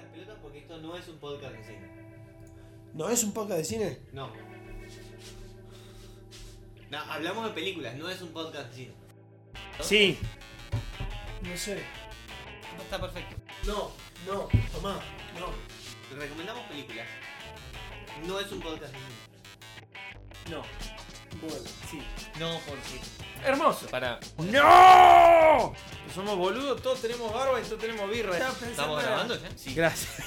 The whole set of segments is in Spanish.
pelotas porque esto no es un podcast de cine. ¿No es un podcast de cine? No. No, hablamos de películas, no es un podcast de cine. Sí. No sé. No, está perfecto. No, tomá, no. Recomendamos películas. No es un podcast de cine. No. Bueno, sí. No, porque... Hermoso. ¡No! Somos boludos, todos tenemos barba y todos tenemos birra. ¿Estamos grabando ya? Sí. Gracias.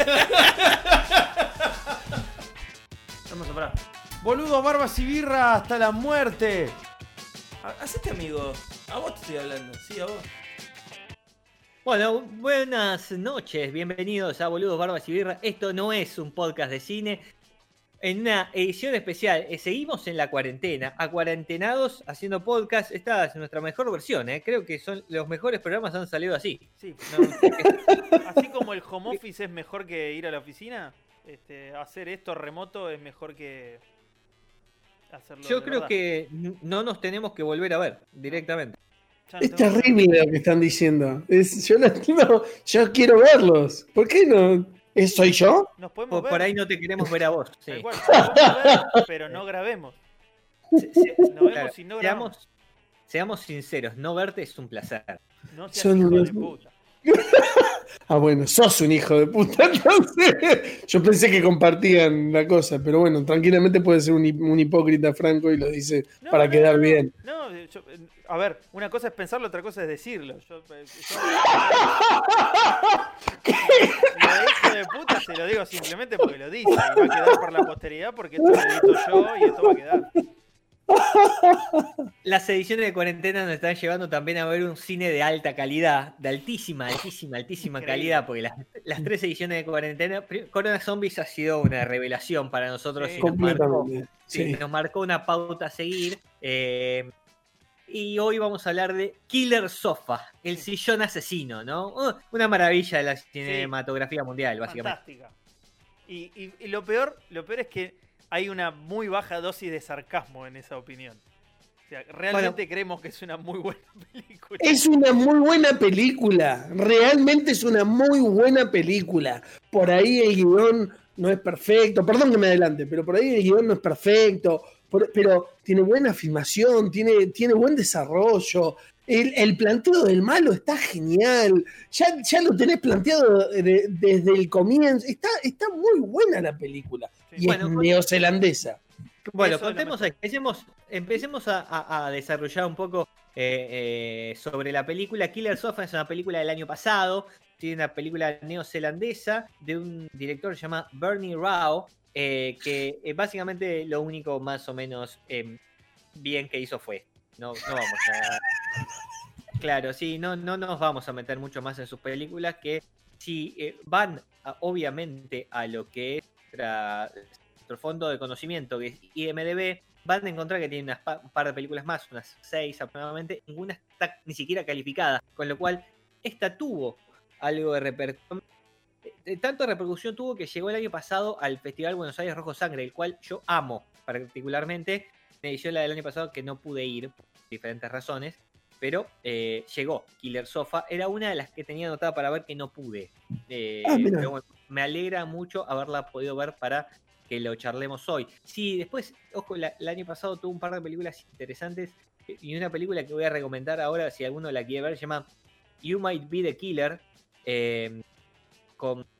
Vamos a parar. Boludos, barbas y birra hasta la muerte. Hacete amigo. A vos te estoy hablando. Sí, a vos. Bueno, buenas noches, bienvenidos a Boludos, Barbas y Birra. Esto no es un podcast de cine. En una edición especial, seguimos en la cuarentena, acuarentenados haciendo podcast. Esta es nuestra mejor versión, creo que son los mejores programas han salido así. Sí, así como el home office es mejor que ir a la oficina, hacer esto remoto es mejor que hacerlo. Yo creo que no nos tenemos que volver a ver directamente. Es terrible lo que están diciendo. Yo quiero verlos. ¿Por qué no? ¿Soy yo? Nos podemos ver. Por ahí no te queremos ver a vos. Sí. Igual, nos podemos ver, pero no grabemos. Nos vemos y no grabamos. Seamos sinceros, no verte es un placer. No seas hijo de puta. Ah, bueno, sos un hijo de puta, entonces. Yo pensé que compartían la cosa, pero bueno, tranquilamente puede ser un hipócrita franco y lo dice para quedar bien. No, a ver, una cosa es pensarlo, otra cosa es decirlo. Lo de hijo de puta se lo digo simplemente porque lo dice y va a quedar por la posteridad porque esto lo edito yo y esto va a quedar. Las ediciones de cuarentena nos están llevando también a ver un cine de alta calidad, de altísima calidad, porque las 3 ediciones de cuarentena, Corona Zombies ha sido una revelación para nosotros y nos marcó una pauta a seguir. Y hoy vamos a hablar de Killer Sofa, el sillón asesino, ¿no? Una maravilla de la cinematografía mundial, básicamente. Fantástica. Y lo peor es que hay una muy baja dosis de sarcasmo en esa opinión. O sea, realmente creemos que es una muy buena película. Es una muy buena película. Realmente es una muy buena película. Por ahí el guión no es perfecto. Perdón que me adelante, pero por ahí el guión no es perfecto. Pero tiene buena filmación, tiene buen desarrollo. El planteo del malo está genial. Ya lo tenés planteado desde el comienzo. Está muy buena la película. Y es neozelandesa. Bueno, contemos ahí. Empecemos a desarrollar un poco sobre la película. Killer Sofa es una película del año pasado. Tiene una película neozelandesa de un director llamado Bernie Rao. Que básicamente lo único más o menos bien que hizo fue. No vamos a... Claro, sí, no nos vamos a meter mucho más en sus películas, que si van obviamente a lo que es nuestro fondo de conocimiento, que es IMDb, van a encontrar que tiene un par de películas más, unas 6 aproximadamente, ninguna está ni siquiera calificada, con lo cual esta tuvo algo de repercusión. Tanto repercusión tuvo que llegó el año pasado al Festival Buenos Aires Rojo Sangre, el cual yo amo particularmente. Una edición la del año pasado que no pude ir por diferentes razones, pero llegó Killer Sofa. Era una de las que tenía anotada para ver que no pude. Pero bueno, me alegra mucho haberla podido ver para que lo charlemos hoy. Sí, después, ojo, el año pasado tuvo un par de películas interesantes y una película que voy a recomendar ahora, si alguno la quiere ver, se llama You Might Be the Killer. Con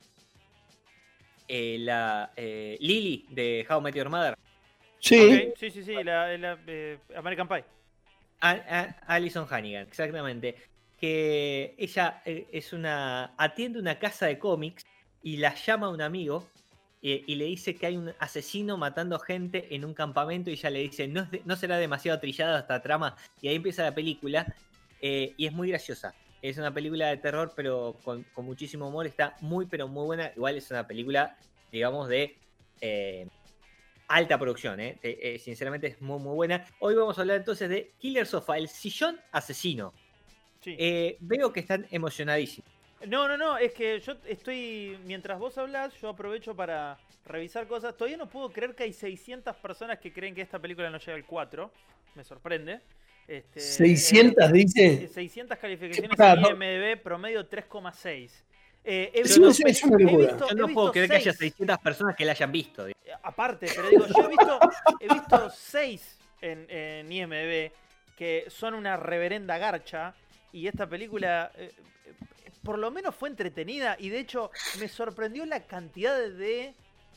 la Lily de How I Met Your Mother. Sí. Okay. Sí, la American Pie. Alison Hannigan, exactamente. Que ella atiende una casa de cómics y la llama a un amigo y le dice que hay un asesino matando gente en un campamento y ella le dice, no será demasiado trillada esta trama, y ahí empieza la película y es muy graciosa. Es una película de terror, pero con muchísimo humor. Está muy, pero muy buena. Igual es una película, digamos, de alta producción. Sinceramente es muy, muy buena. Hoy vamos a hablar entonces de Killer Sofa, el sillón asesino. Sí. Veo que están emocionadísimos. No, es que yo estoy... Mientras vos hablás, yo aprovecho para revisar cosas. Todavía no puedo creer que hay 600 personas que creen que esta película no llega al 4. Me sorprende. 600 dice. 600 calificaciones en IMDb, promedio 3,6. He Sí, visto, es una locura. Yo no puedo creer que haya 600 personas que la hayan visto. aparte, pero digo, yo he visto 6 en IMDb que son una reverenda garcha y esta película por lo menos fue entretenida y de hecho me sorprendió la cantidad de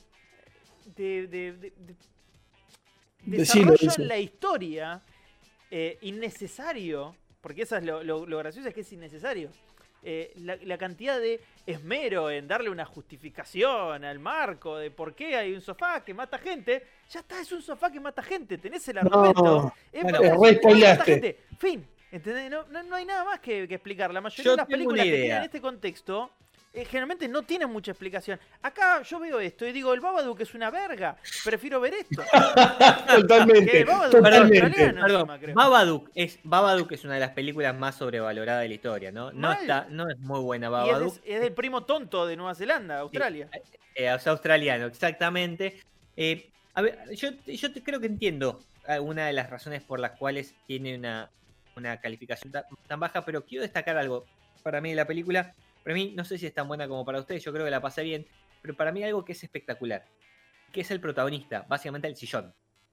desarrollo Decilo. en la historia innecesario, porque eso es lo gracioso, es que es innecesario. La cantidad de esmero en darle una justificación al marco de por qué hay un sofá que mata gente. Ya está, es un sofá que mata gente. Tenés el argumento. No, bueno, porque te es un sofá que mata respoileaste. gente. Fin. ¿Entendés? No hay nada más que explicar. La mayoría de las tengo películas una que idea. tienen este contexto generalmente no tienen mucha explicación. Acá yo veo esto y digo, el Babadook es una verga. Prefiero ver esto. Que Totalmente. el Babadook es Totalmente. australiano Perdón, encima, creo. Babadook es una de las películas más sobrevaloradas de la historia, ¿no? Mal. No es muy buena Y Babadook. es del primo tonto de Nueva Zelanda, Australia. O sea, australiano, exactamente. A ver, creo que entiendo una de las razones por las cuales tiene una calificación tan baja, pero quiero destacar algo para mí de la película. Para mí, no sé si es tan buena como para ustedes, yo creo que la pasé bien, pero para mí algo que es espectacular, que es el protagonista, básicamente el sillón.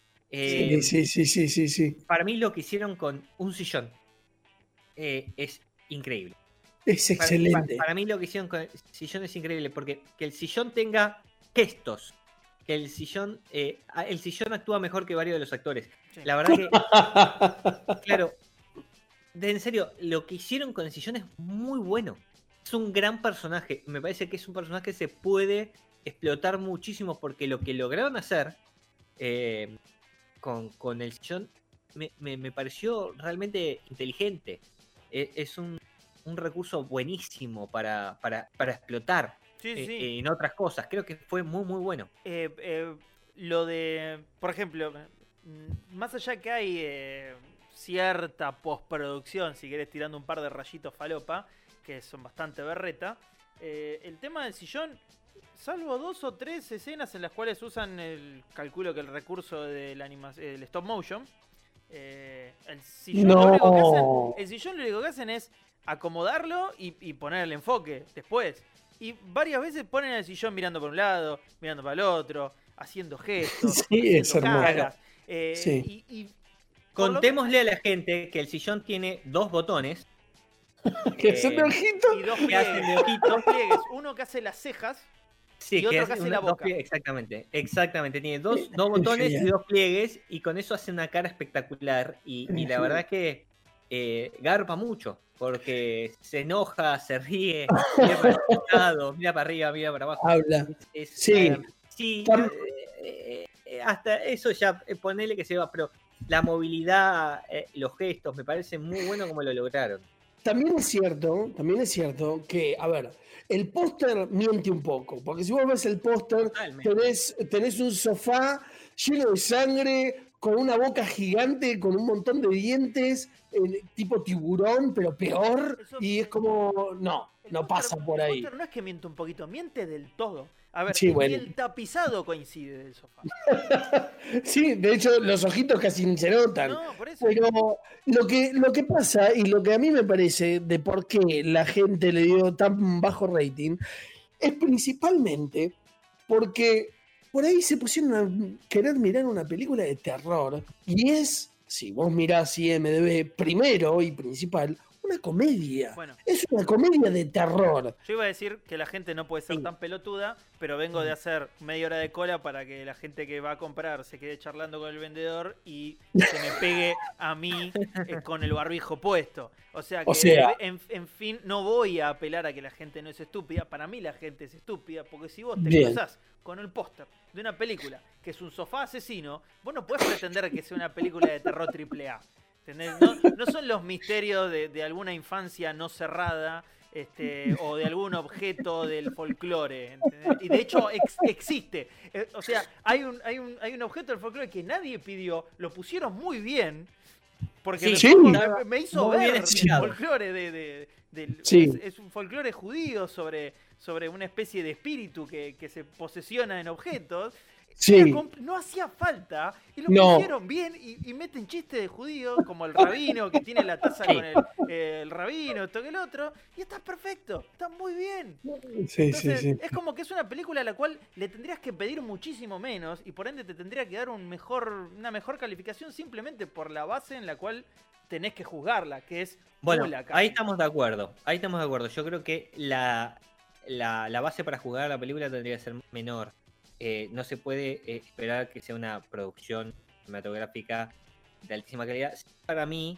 Sí. Para mí lo que hicieron con un sillón es increíble. Es excelente. Para mí lo que hicieron con el sillón es increíble, porque que el sillón tenga gestos, que el sillón actúa mejor que varios de los actores. Sí. La verdad que, claro, en serio, lo que hicieron con el sillón es muy bueno. Es un gran personaje. Me parece que es un personaje que se puede explotar muchísimo porque lo que lograron hacer con el sillón me pareció realmente inteligente. Es un recurso buenísimo para explotar Sí. en otras cosas. Creo que fue muy, muy bueno. Lo de, por ejemplo, más allá que hay cierta postproducción, si querés tirando un par de rayitos falopa, que son bastante berreta, el tema del sillón, salvo 2 o 3 escenas en las cuales usan calculo que el recurso del stop motion, el sillón No. lo único que hacen es acomodarlo y poner el enfoque después. Y varias veces ponen el sillón mirando por un lado, mirando para el otro, haciendo gestos, Sí, es haciendo hermoso. caras. Sí. Y por lo Contémosle a la gente que el sillón tiene 2 botones. Que es un ojito. y dos que hacen pliegues, de ojito. dos pliegues, uno que hace las cejas Sí, y otro que hace la dos boca. exactamente. Tiene dos botones y genial. 2 pliegues y con eso hace una cara espectacular. Y la verdad es que garpa mucho porque se enoja, se ríe, mira para el costado, mira para arriba, mira para abajo. Habla. Sí, Tam- hasta eso ya ponele que se va, pero la movilidad, los gestos, me parece muy bueno como lo lograron. También es cierto que, a ver, el póster miente un poco, porque si vos ves el póster, Totalmente. tenés un sofá lleno de sangre, con una boca gigante, con un montón de dientes, tipo tiburón, pero peor, Eso- y es como, no pasa por ahí. El póster no es que miente un poquito, miente del todo. A ver, Sí, ni bueno. el tapizado coincide del sofá. Sí, de hecho, los ojitos casi ni se notan. No, por eso. Pero lo que pasa y lo que a mí me parece de por qué la gente le dio tan bajo rating es principalmente porque por ahí se pusieron a querer mirar una película de terror y es, si vos mirás IMDb primero y principal, una comedia. Bueno, Es una comedia de terror. yo iba a decir que la gente no puede ser Sí. tan pelotuda, pero vengo de hacer media hora de cola para que la gente que va a comprar se quede charlando con el vendedor y se me pegue a mí con el barbijo puesto. O sea que, en fin, no voy a apelar a que la gente no es estúpida. Para mí la gente es estúpida, porque si vos te Bien. cruzás con el póster de una película que es un sofá asesino, vos no podés pretender que sea una película de terror AAA. ¿Entendés? No son los misterios de alguna infancia no cerrada o de algún objeto del folclore. ¿Entendés? Y de hecho existe. O sea, hay un objeto del folclore que nadie pidió, lo pusieron muy bien. Porque Sí. me hizo Muy bien ver el explicado. folclore Sí. es un folclore judío sobre una especie de espíritu que se posesiona en objetos. Sí. No hacía falta, y lo No. pusieron bien, y meten chistes de judíos, como el rabino, que tiene la taza con el rabino, esto que el otro, y está perfecto, está muy bien. Sí, Entonces, sí. es como que es una película a la cual le tendrías que pedir muchísimo menos, y por ende te tendría que dar una mejor calificación simplemente por la base en la cual tenés que juzgarla, que es Bueno, nula, casi. ahí estamos de acuerdo. Yo creo que la base para jugar la película tendría que ser menor. No se puede esperar que sea una producción cinematográfica de altísima calidad. Para mí,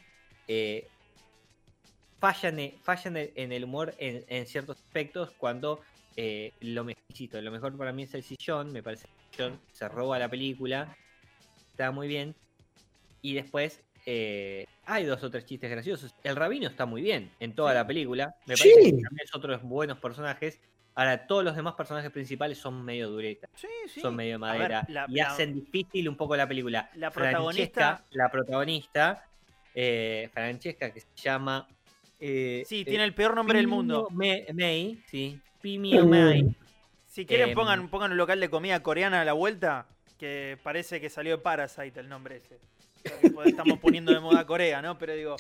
fallan en el humor en ciertos aspectos cuando lo mejor para mí es el sillón. Me parece que el sillón se roba la película. Está muy bien. Y después hay 2 o 3 chistes graciosos. El rabino está muy bien en toda la película. Me parece que también es otro de los buenos personajes. Ahora, todos los demás personajes principales son medio duretas. Sí. Son medio madera. A ver, y hacen difícil un poco la película. La protagonista. Francesca, que se llama. Tiene el peor nombre del mundo. May, sí. Pimio May. Si quieren, pongan un local de comida coreana a la vuelta, que parece que salió de Parasite el nombre ese. Estamos poniendo de moda Corea, ¿no? Pero digo,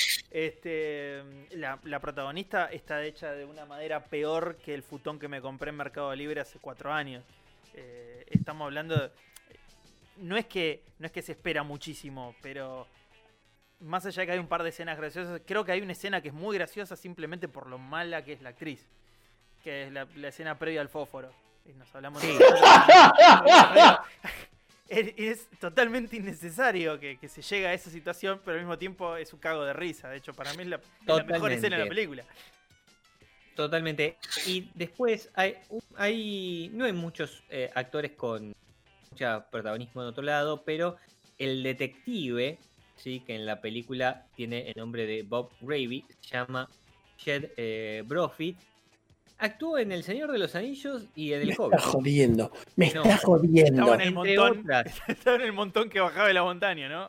la protagonista está hecha de una madera peor que el futón que me compré en Mercado Libre hace 4 años. Estamos hablando no es que se espera muchísimo, pero más allá de que hay un par de escenas graciosas, creo que hay una escena que es muy graciosa simplemente por lo mala que es la actriz, que es la escena previa al fósforo. Y nos hablamos de es totalmente innecesario que se llegue a esa situación, pero al mismo tiempo es un cago de risa. De hecho, para mí es la mejor escena de la película. Totalmente. Y después no hay muchos actores con mucho protagonismo en otro lado, pero el detective, ¿sí?, que en la película tiene el nombre de Bob Gravy, se llama Jed Brophy. Actuó en El Señor de los Anillos y en El Hobbit. Me está jodiendo. Estaba en el montón que bajaba de la montaña, ¿no?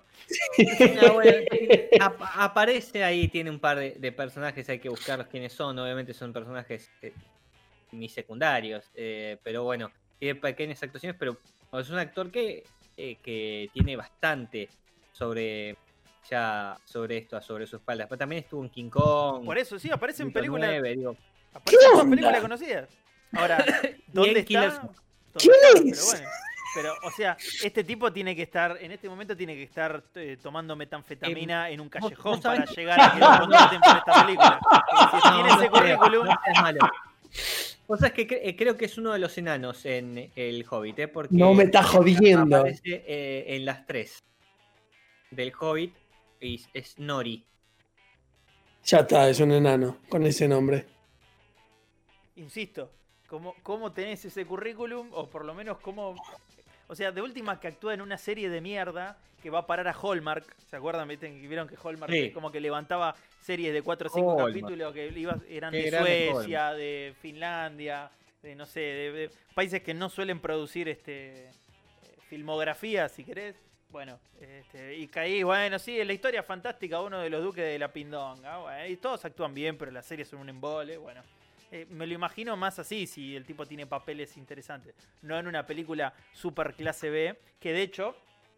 Aparece ahí, tiene un par de personajes, hay que buscarlos quiénes son. Obviamente son personajes ni secundarios, pero bueno, tiene pequeñas actuaciones, pero es un actor que tiene bastante sobre esto, sobre su espalda. Pero también estuvo en King Kong. Por eso, sí, aparece en películas. ¿Qué onda? Película conocida. Ahora, ¿dónde está? ¿Quién es? Pero bueno, o sea, este tipo tiene que estar, en este momento tiene que estar tomando metanfetamina en un callejón para llegar a que lo contraten por esta película. Porque si tiene ese currículum. Es malo. Vos sabés que creo que es uno de los enanos en El Hobbit, porque no me está jodiendo. Aparece en las 3 del Hobbit y es Nori. Ya está, es un enano con ese nombre. Insisto, ¿cómo tenés ese currículum? O por lo menos cómo... O sea, de última que actúa en una serie de mierda que va a parar a Hallmark. ¿Se acuerdan? ¿Vieron que Hallmark como que levantaba series de 4 o 5 capítulos que eran de Suecia, de Finlandia, de no sé, de países que no suelen producir filmografía, si querés? Bueno, y caí, bueno, sí, en la historia fantástica, uno de los duques de la Pindonga. Bueno, y todos actúan bien, pero las series son un embole, bueno. Me lo imagino más así, si el tipo tiene papeles interesantes. No en una película super clase B, que de hecho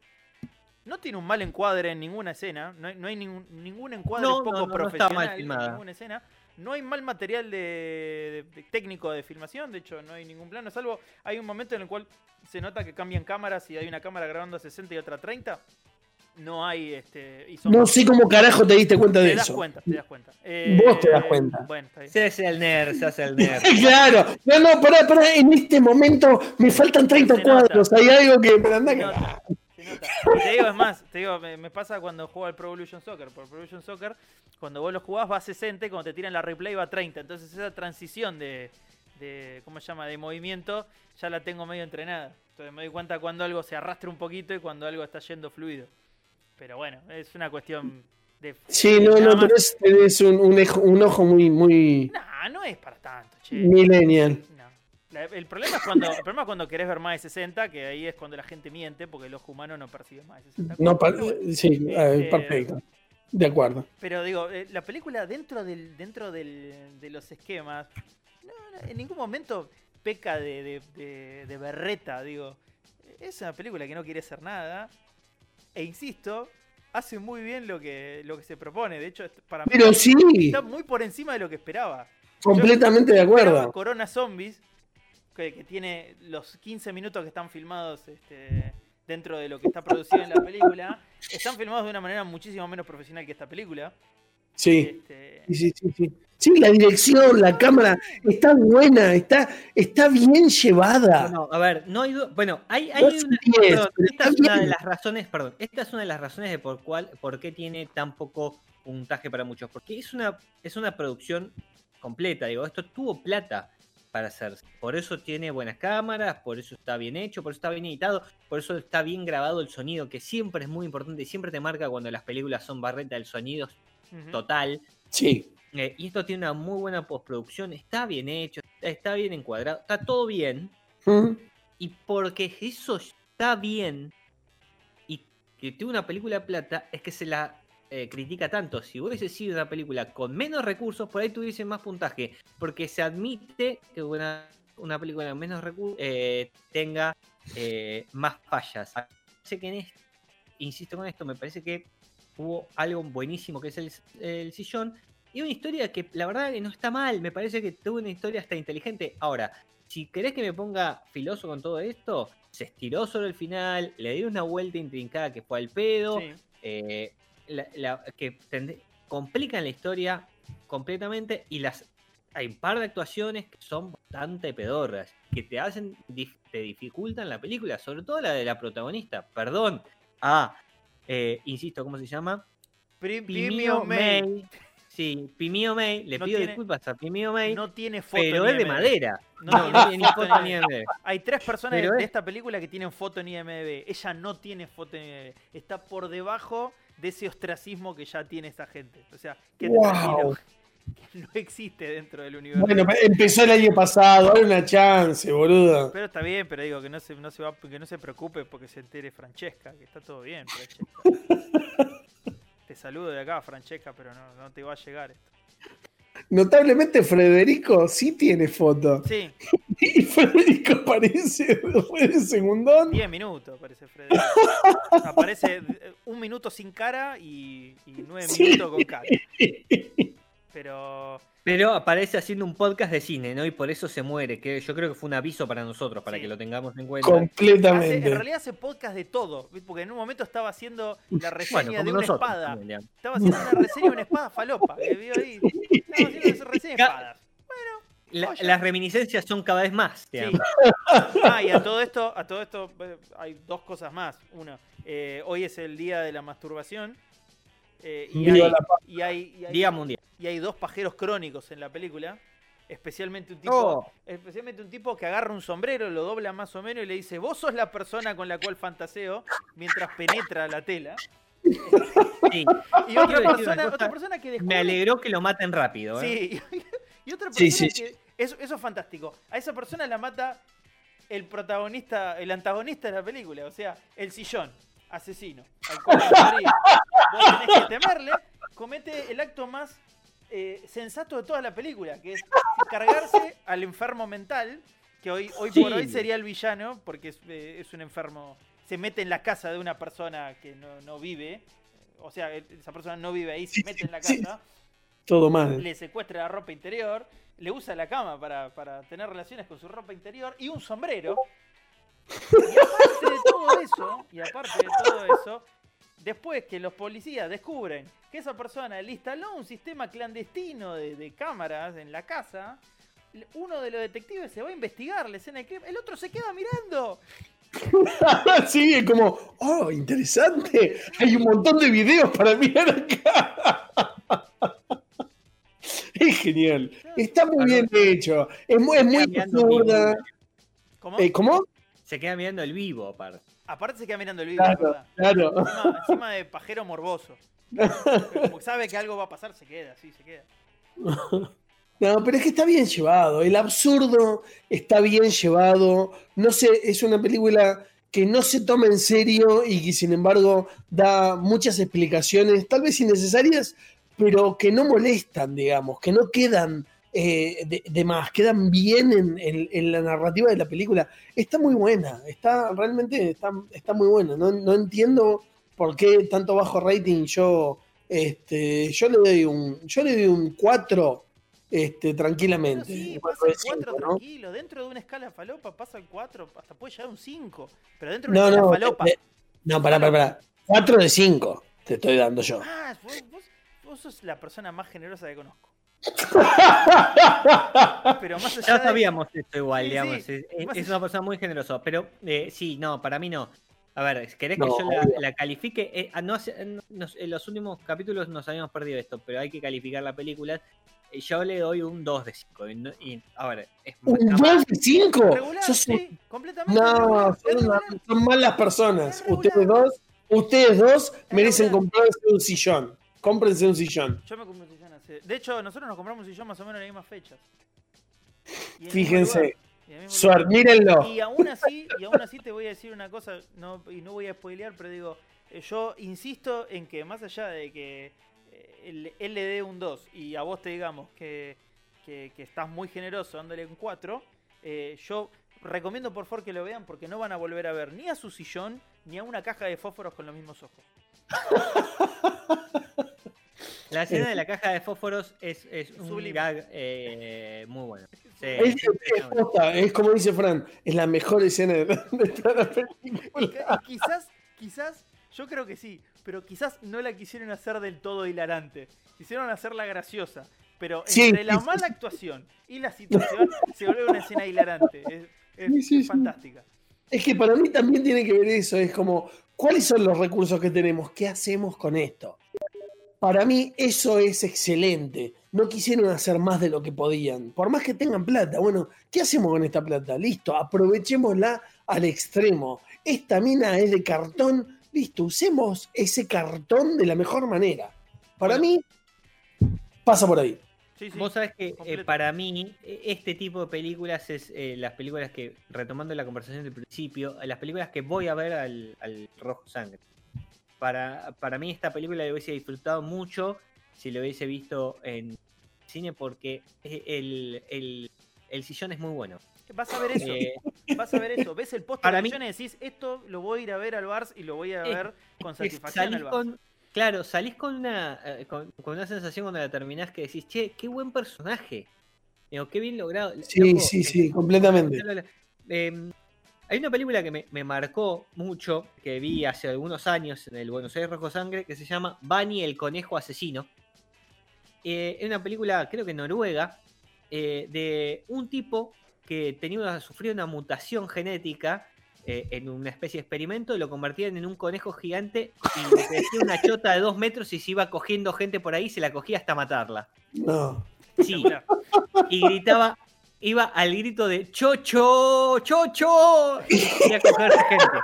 no tiene un mal encuadre en ninguna escena. No hay ningún encuadre poco profesional está mal filmada en ninguna escena. No hay mal material de técnico de filmación, de hecho no hay ningún plano, salvo hay un momento en el cual se nota que cambian cámaras y hay una cámara grabando a 60 y otra a 30. No hay no sé cómo carajo te diste cuenta de eso. Te das cuenta. Vos te das cuenta. Bueno, está bien. Se hace el nerd. Claro. No, pará. En este momento me faltan 30 cuadros. Hay algo que... Pero anda se nota. Y te digo, es más, me pasa cuando juego al Pro Evolution Soccer. Por Pro Evolution Soccer, cuando vos lo jugás va a 60 y cuando te tiran la replay va a 30. Entonces esa transición de ¿cómo se llama? De movimiento, ya la tengo medio entrenada. Entonces me doy cuenta cuando algo se arrastra un poquito y cuando algo está yendo fluido. Pero bueno, es una cuestión de... Sí, no, tenés un ojo muy... No es para tanto, che. Millennial. No. El problema es cuando querés ver más de 60, que ahí es cuando la gente miente, porque el ojo humano no percibe más de 60. Sí, perfecto. De acuerdo. Pero digo, la película dentro de los esquemas, en ningún momento peca de berreta, digo. es una película que no quiere hacer nada. E insisto, hace muy bien lo que se propone. De hecho, para mí Pero sí, está muy por encima de lo que esperaba. completamente de Esperaba acuerdo. Corona Zombies, que tiene los 15 minutos que están filmados dentro de lo que está producido en la película, están filmados de una manera muchísimo menos profesional que esta película. Sí. Sí. Sí, la dirección, la cámara está buena, está bien llevada. No, a ver, no hay duda. Bueno, hay No es una. 10, Perdón, pero esta está es una de bien. las razones, perdón, esta es una de las razones de por qué tiene tan poco puntaje para muchos. Porque es una producción completa, digo, esto tuvo plata para hacerse. Por eso tiene buenas cámaras, por eso está bien hecho, por eso está bien editado, por eso está bien grabado el sonido, que siempre es muy importante y siempre te marca cuando las películas son barreta del sonido total. Sí. Y esto tiene una muy buena postproducción, está bien hecho, está bien encuadrado, está todo bien. ¿Mm? Y porque eso está bien y que tiene una película de plata, es que se la critica tanto. Si hubiese sido una película con menos recursos, por ahí tuviese más puntaje. Porque se admite que una película con menos recursos tenga más fallas. Sé que insisto con esto, me parece que hubo algo buenísimo que es el sillón. Y una historia que la verdad que no está mal. Me parece que tuvo una historia hasta inteligente. Ahora, si querés que me ponga filoso con todo esto, se estiró sobre el final, le dio una vuelta intrincada que fue al pedo, Sí. Complican la historia completamente y hay un par de actuaciones que son bastante pedorras, que te dificultan la película, sobre todo la de la protagonista. Perdón. Insisto, ¿cómo se llama? Pimio May. Sí, Pimio May, le pido disculpas a Pimio May, no tiene foto pero ni es de IMDb. madera. No No tiene tiene foto ni IMDb. Hay 3 personas Pero de esta película que tienen foto en IMDb. Ella no tiene foto en IMDb. Está por debajo de ese ostracismo que ya tiene esta gente. O sea, que Wow. que no existe dentro del universo. Bueno, empezó el año pasado, dale una chance, boludo. Pero está bien, pero digo que que no se preocupe porque se entere Francesca, que está todo bien, Francesca. Te saludo de acá, Francesca, pero no te va a llegar esto. Notablemente Federico sí tiene foto. Sí, Y Federico aparece después de segundón. 10 minutos aparece Frederico. Aparece 1 minuto sin cara y 9 Sí. minutos con cara. Pero aparece haciendo un podcast de cine, ¿no? Y por eso se muere, que yo creo que fue un aviso para nosotros, para Sí. que lo tengamos en cuenta. en Completamente. realidad hace podcast de todo, ¿viste? Porque en un momento estaba haciendo la reseña Bueno, de como una nosotros. espada. También, digamos. Estaba haciendo una reseña de una espada falopa. Que vio ahí. Estaba haciendo esa reseña de espadas. Las reminiscencias son cada vez más, Sí. digamos. Y a todo esto hay 2 cosas más. Una, hoy es el día de la masturbación. Viva la paz. Y hay Día mundial. y hay 2 pajeros crónicos en la película. Especialmente un tipo que agarra un sombrero, lo dobla más o menos y le dice: vos sos la persona con la cual fantaseo, mientras penetra la tela. Sí. Y otra Quiero decir una cosa, persona que descubre... Me alegró que lo maten rápido, ¿eh? Sí. Y otra Sí, persona sí, que... Eso es fantástico. A esa persona la mata el protagonista, el antagonista de la película. O sea, el sillón, asesino. Al cual vos tenés que temerle. Comete el acto más sensato de toda la película, que es cargarse al enfermo mental, que hoy Sí. por hoy sería el villano, porque es un enfermo. Se mete en la casa de una persona que no vive. O sea, esa persona no vive ahí, se mete en la sí. casa. Todo mal. Le secuestra la ropa interior, le usa la cama para tener relaciones con su ropa interior y un sombrero. Y aparte de todo eso, después que los policías descubren que esa persona le instaló un sistema clandestino de cámaras en la casa, uno de los detectives se va a investigar la escena del crimen, el otro se queda mirando. Sí, es como, oh, interesante. Hay un montón de videos para mirar acá. Es genial. Está muy bien hecho. Es muy mirando absurda. ¿Cómo? ¿Cómo? Se queda mirando el vivo, aparte. Aparte se queda mirando el video, ¿verdad? Claro. Encima de pajero morboso. Como que sabe que algo va a pasar, se queda. No, pero es que está bien llevado. El absurdo está bien llevado. No sé, es una película que no se toma en serio y que sin embargo da muchas explicaciones, tal vez innecesarias, pero que no molestan, digamos, que no quedan demás, quedan bien en la narrativa de la película. Está muy buena, realmente está muy buena. No entiendo por qué tanto bajo rating. Yo le doy un 4 tranquilamente. Pero sí, Cuatro pasa de el 4 cinco, ¿no? tranquilo. Dentro de una escala falopa pasa el 4, hasta puede llegar a un 5. Pero dentro de una escala falopa. No, pará. 4 de 5 te estoy dando yo. Ah, vos sos la persona más generosa que conozco. Pero más allá Ya de sabíamos esto igual, Sí, digamos. sí. Es una persona muy generosa. Pero sí, no, para mí no. A ver, ¿querés que No, yo obvio. la califique? En los últimos capítulos nos habíamos perdido esto, pero hay que calificar la película. Yo le doy un 2 de 5. A ver, ¿Un 2 de 5? regular, sí, completamente. No, regular. son malas personas. Es regular. Ustedes dos Es merecen regular. comprarse un sillón. Cómprense un sillón. Yo me compré un sillón hace. De hecho, nosotros nos compramos un sillón más o menos en las mismas fechas. Y en el mismo Fíjense. lugar. Y en el mismo Suerte, lugar. mírenlo. Y aún así te voy a decir una cosa, y no voy a spoilear, pero digo, yo insisto en que más allá de que él le dé un 2 y a vos te digamos que estás muy generoso dándole un 4, yo recomiendo por favor que lo vean porque no van a volver a ver ni a su sillón ni a una caja de fósforos con los mismos ojos. La escena de la caja de fósforos es un Sublime. gag muy bueno. Sí, Es como dice Fran, es la mejor escena de toda la película. Y quizás, yo creo que sí, pero quizás no la quisieron hacer del todo hilarante. Quisieron hacerla graciosa. Pero entre la mala actuación y la situación se vuelve una escena hilarante. Es fantástica. Es que para mí también tiene que ver eso. Es como, ¿cuáles son los recursos que tenemos? ¿Qué hacemos con esto? Para mí eso es excelente. No quisieron hacer más de lo que podían. Por más que tengan plata. Bueno, ¿qué hacemos con esta plata? Listo, aprovechémosla al extremo. Esta mina es de cartón. Listo, usemos ese cartón de la mejor manera. Para mí, pasa por ahí. Sí, Vos sabés que completo. para mí este tipo de películas es las películas que, retomando la conversación del principio, las películas que voy a ver al Rojo Sangre. Para mí esta película la hubiese disfrutado mucho si lo hubiese visto en cine porque el sillón es muy bueno. Vas a ver eso. Vas a ver eso. Ves el póster Para de mí- sillón y decís, esto lo voy a ir a ver al Bars y lo voy a ver con Que satisfacción al Bars. Claro, salís con una sensación cuando la terminás que decís, che, qué buen personaje. Digo, qué bien logrado. Sí, completamente. Hay una película que me marcó mucho, que vi hace algunos años en el Buenos Aires Rojo Sangre, que se llama Bunny el conejo asesino. Es una película, creo que noruega, de un tipo que sufrió una mutación genética en una especie de experimento, y lo convertían en un conejo gigante y le crecía una chota de 2 metros y se iba cogiendo gente por ahí y se la cogía hasta matarla. No. Sí. Y gritaba, iba al grito de ¡Chocho! ¡Chocho! Y quería cogerse gente.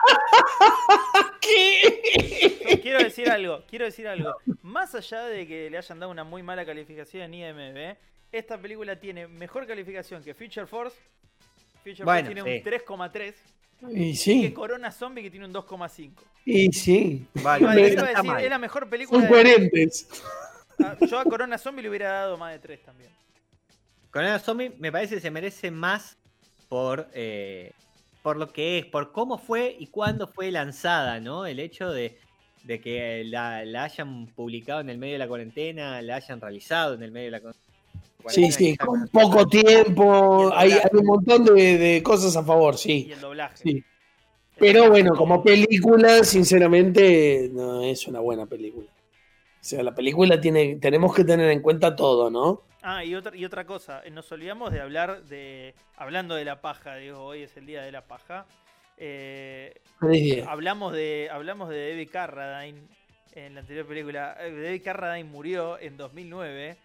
Yo quiero decir algo. Más allá de que le hayan dado una muy mala calificación en IMDb, esta película tiene mejor calificación que Future Force. Future Force tiene un 3,3. Y Que sí, Corona Zombie, que tiene un 2,5. y sí. Vale, Iba a está decir, mal. es la mejor película. Son coherentes. Yo a Corona Zombie le hubiera dado más de 3 también. Corona Zombie me parece que se merece más por lo que es, por cómo fue y cuándo fue lanzada, ¿no? El hecho de que la hayan publicado en el medio de la cuarentena, la hayan realizado en el medio de la cuarentena. Sí, con poco tiempo. Hay un montón de cosas a favor, Y sí. el doblaje. Sí. Pero bueno, como película, sinceramente, no es una buena película. O sea, la película tenemos que tener en cuenta todo, ¿no? Ah, y otra cosa, nos olvidamos de hablando de la paja, digo, hoy es el día de la paja. Feliz día. Hablamos de David Carradine en la anterior película. David Carradine murió en 2009.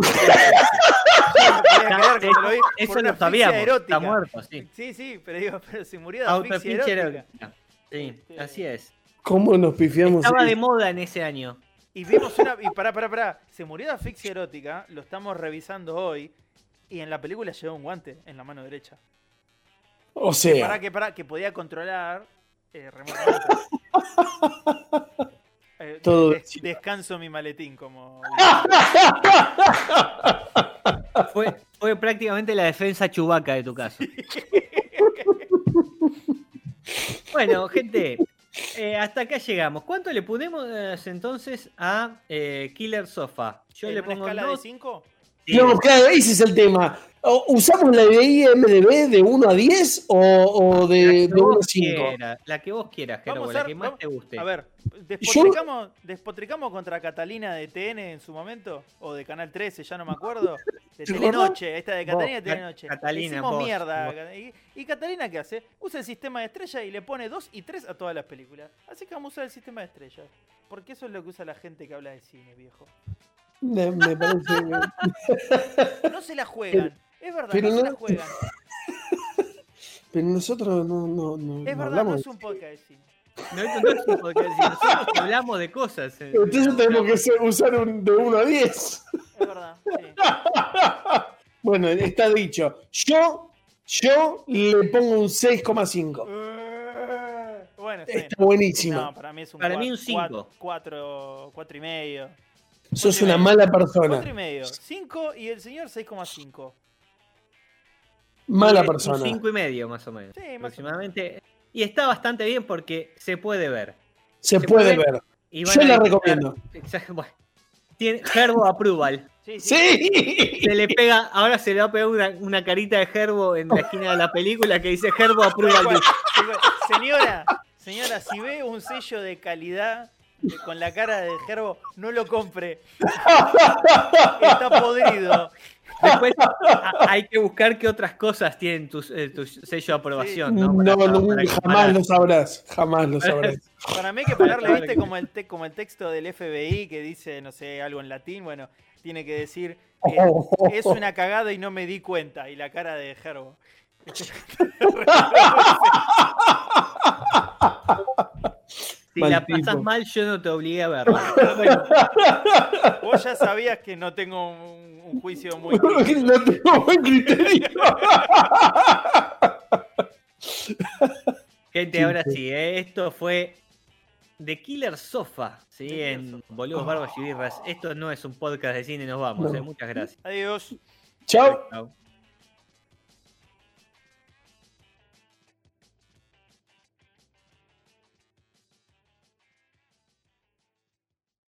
Eso lo sabíamos, está muerto, sí. Sí, pero se murió de asfixia erótica. Sí, así es. ¿Cómo nos pifiamos? Estaba de moda en ese año. Y vimos y pará. Se murió de asfixia erótica, lo estamos revisando hoy, y en la película llevó un guante en la mano derecha. O sea, Que podía controlar remotamente. Todo descanso mi maletín, como... Fue prácticamente la defensa Chewbacca de tu caso. Bueno, gente, hasta acá llegamos. ¿Cuánto le ponemos entonces a Killer Sofa? Yo ¿En le una pongo escala de 2. 5? No, claro, ese es el tema. ¿Usamos la de IMDb de 1 a 10 o de 1 a 5? La que vos quieras, Gerbo, Vamos la a que más te guste. A ver, despotricamos contra Catalina de TN en su momento, o de Canal 13, ya no me acuerdo. De ¿Te Telenoche, esta de Catalina de Vos, Telenoche. Catalina, Le hicimos vos, mierda. vos. ¿Y Catalina qué hace? Usa el sistema de estrella y le pone 2 y 3 a todas las películas. Así que vamos a usar el sistema de estrella. Porque eso es lo que usa la gente que habla de cine, viejo. Me parece. No se la juegan. Es verdad, pero no se no- la juegan. Pero nosotros no Es verdad, no hablamos. es un podcast de cine. No, esto no es un podcast, si nosotros hablamos de cosas. Entonces tenemos que usar de 1 a 10. Es verdad, sí. Bueno, está dicho. Yo le pongo un 6,5. Bueno, está bien. Está buenísimo. No, para mí es un Para mí un 5. 4 y medio. Sos 4,5. una mala persona. 4 y medio. 5 y el señor 6,5. Mala Un persona. 5,5 más o menos. Sí, más aproximadamente. Y está bastante bien porque se puede ver. Se puede ver. Y van Yo a la disfrutar- recomiendo. Bueno, tiene Gerbo approval. Sí. ¡Sí! Se le pega, ahora se le va a pegar una carita de Gerbo en la esquina de la película que dice Gerbo approval. Señora, si ve un sello de calidad con la cara de Gerbo, no lo compre. Está podrido. Después hay que buscar qué otras cosas tienen tu sello de aprobación, ¿no? No, Para jamás comparar. lo sabrás. Jamás lo sabrás. Para mí hay que ponerle, viste, como el texto del FBI que dice, no sé, algo en latín. Bueno, tiene que decir, es una cagada y no me di cuenta. Y la cara de Gerbo. Si Mal la tipo. pasás mal, yo no te obligué a verla. Bueno, Vos ya sabías que no tengo un juicio muy... No tengo buen criterio. gente, ahora sí, esto fue The Killer Sofa, ¿sí? The Killer En Sofa. Boludos, Barbas y Birras. Esto no es un podcast de cine, nos vamos, No. muchas gracias. Adiós. Chao. Chau.